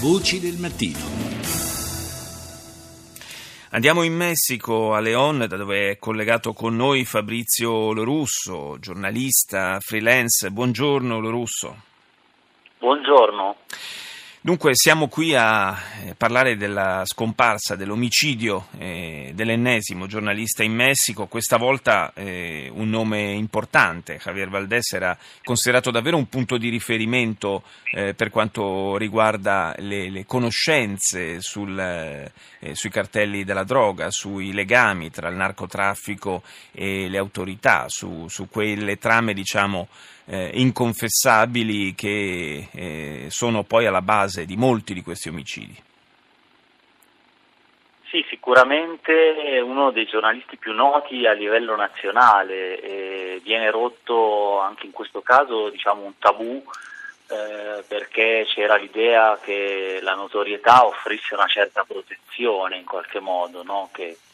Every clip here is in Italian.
Voci del mattino. Andiamo in Messico, a León, da dove è collegato con noi Fabrizio Lorusso, giornalista, freelance. Buongiorno Lorusso. Buongiorno. Dunque siamo qui a parlare della scomparsa, dell'omicidio dell'ennesimo giornalista in Messico, questa volta un nome importante. Javier Valdés era considerato davvero un punto di riferimento per quanto riguarda le conoscenze sui cartelli della droga, sui legami tra il narcotraffico e le autorità, su quelle trame inconfessabili che sono poi alla base di molti di questi omicidi. Sì, sicuramente uno dei giornalisti più noti a livello nazionale, e viene rotto anche in questo caso un tabù, perché c'era l'idea che la notorietà offrisse una certa protezione in qualche modo, no?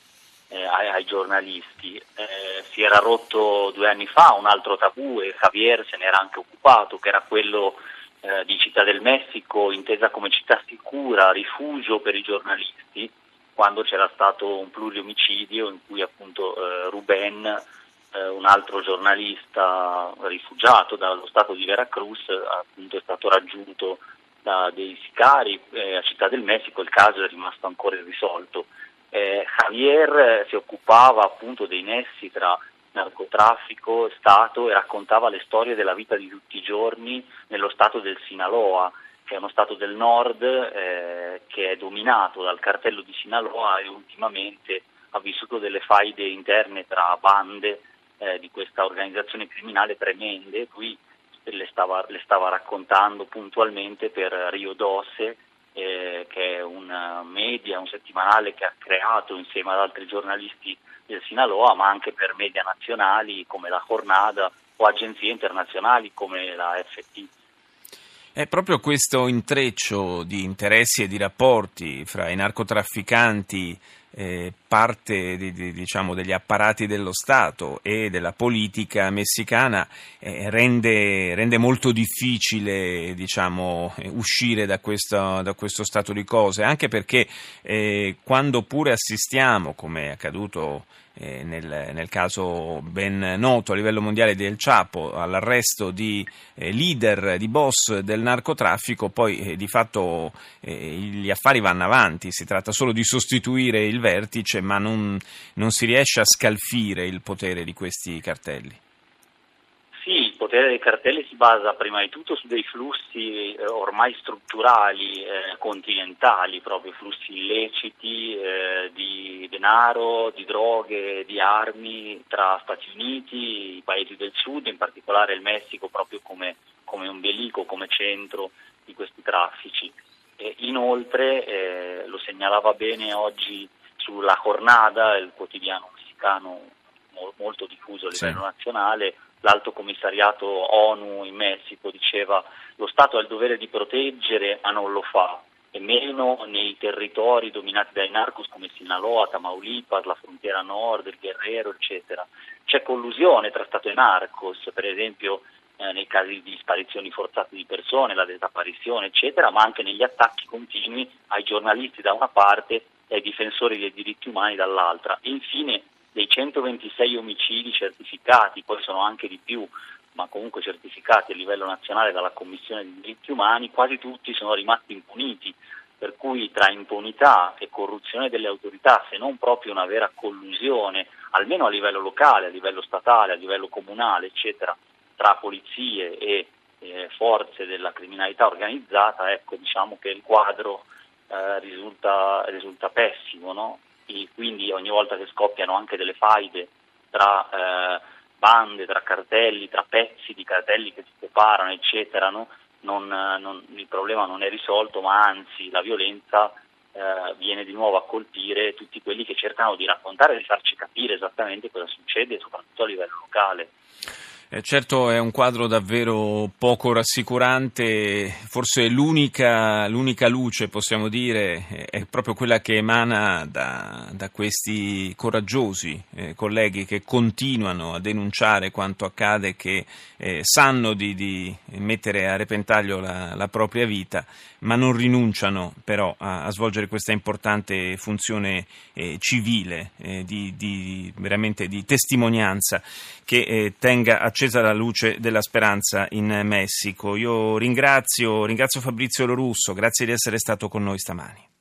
Ai giornalisti. Si era rotto 2 anni fa un altro tabù e Javier se n'era anche occupato, che era quello di Città del Messico, intesa come città sicura, rifugio per i giornalisti, quando c'era stato un pluriomicidio in cui appunto Rubén, un altro giornalista rifugiato dallo stato di Veracruz, appunto è stato raggiunto da dei sicari a Città del Messico. Il caso è rimasto ancora irrisolto. Javier si occupava appunto dei nessi tra narcotraffico e Stato e raccontava le storie della vita di tutti i giorni nello stato del Sinaloa, che è uno stato del nord che è dominato dal cartello di Sinaloa e ultimamente ha vissuto delle faide interne tra bande di questa organizzazione criminale tremende. Lui le stava raccontando puntualmente per Rio Doce, che è un media, un settimanale che ha creato insieme ad altri giornalisti del Sinaloa, ma anche per media nazionali come la Jornada o agenzie internazionali come la FT. È proprio questo intreccio di interessi e di rapporti fra i narcotrafficanti, parte degli apparati dello Stato e della politica messicana, rende molto difficile uscire da questo stato di cose, anche perché quando pure assistiamo, come è accaduto nel caso ben noto a livello mondiale del Chapo, all'arresto di leader, di boss del narcotraffico, poi di fatto gli affari vanno avanti, si tratta solo di sostituire il vertice, ma non si riesce a scalfire il potere di questi cartelli. Sì, il potere dei cartelli si basa prima di tutto su dei flussi ormai strutturali, continentali, proprio flussi illeciti di denaro, di droghe, di armi tra Stati Uniti, i paesi del sud, in particolare il Messico proprio come ombelico, come centro di questi traffici. Inoltre, lo segnalava bene oggi sulla Jornada, il quotidiano messicano molto diffuso a livello nazionale, l'Alto Commissariato ONU in Messico diceva: lo Stato ha il dovere di proteggere ma non lo fa, e meno nei territori dominati dai narcos come Sinaloa, Tamaulipas, la frontiera nord, il Guerrero, eccetera. C'è collusione tra Stato e narcos, per esempio nei casi di sparizioni forzate di persone, la disapparizione, eccetera, ma anche negli attacchi continui ai giornalisti da una parte e ai difensori dei diritti umani dall'altra. E infine, dei 126 omicidi certificati, poi sono anche di più, ma comunque certificati a livello nazionale dalla Commissione dei diritti umani, quasi tutti sono rimasti impuniti, per cui tra impunità e corruzione delle autorità, se non proprio una vera collusione, almeno a livello locale, a livello statale, a livello comunale, eccetera, tra polizie e forze della criminalità organizzata, diciamo che il quadro risulta pessimo, no? E quindi ogni volta che scoppiano anche delle faide tra bande, tra cartelli, tra pezzi di cartelli che si separano, eccetera, no? Il problema non è risolto, ma anzi la violenza viene di nuovo a colpire tutti quelli che cercano di raccontare e di farci capire esattamente cosa succede, soprattutto a livello locale. Certo è un quadro davvero poco rassicurante, forse l'unica luce, possiamo dire, è proprio quella che emana da questi coraggiosi colleghi che continuano a denunciare quanto accade, che sanno di mettere a repentaglio la propria vita, ma non rinunciano però a svolgere questa importante funzione civile, veramente di testimonianza che tenga accesa la luce della speranza in Messico. Io ringrazio Fabrizio Lorusso, grazie di essere stato con noi stamani.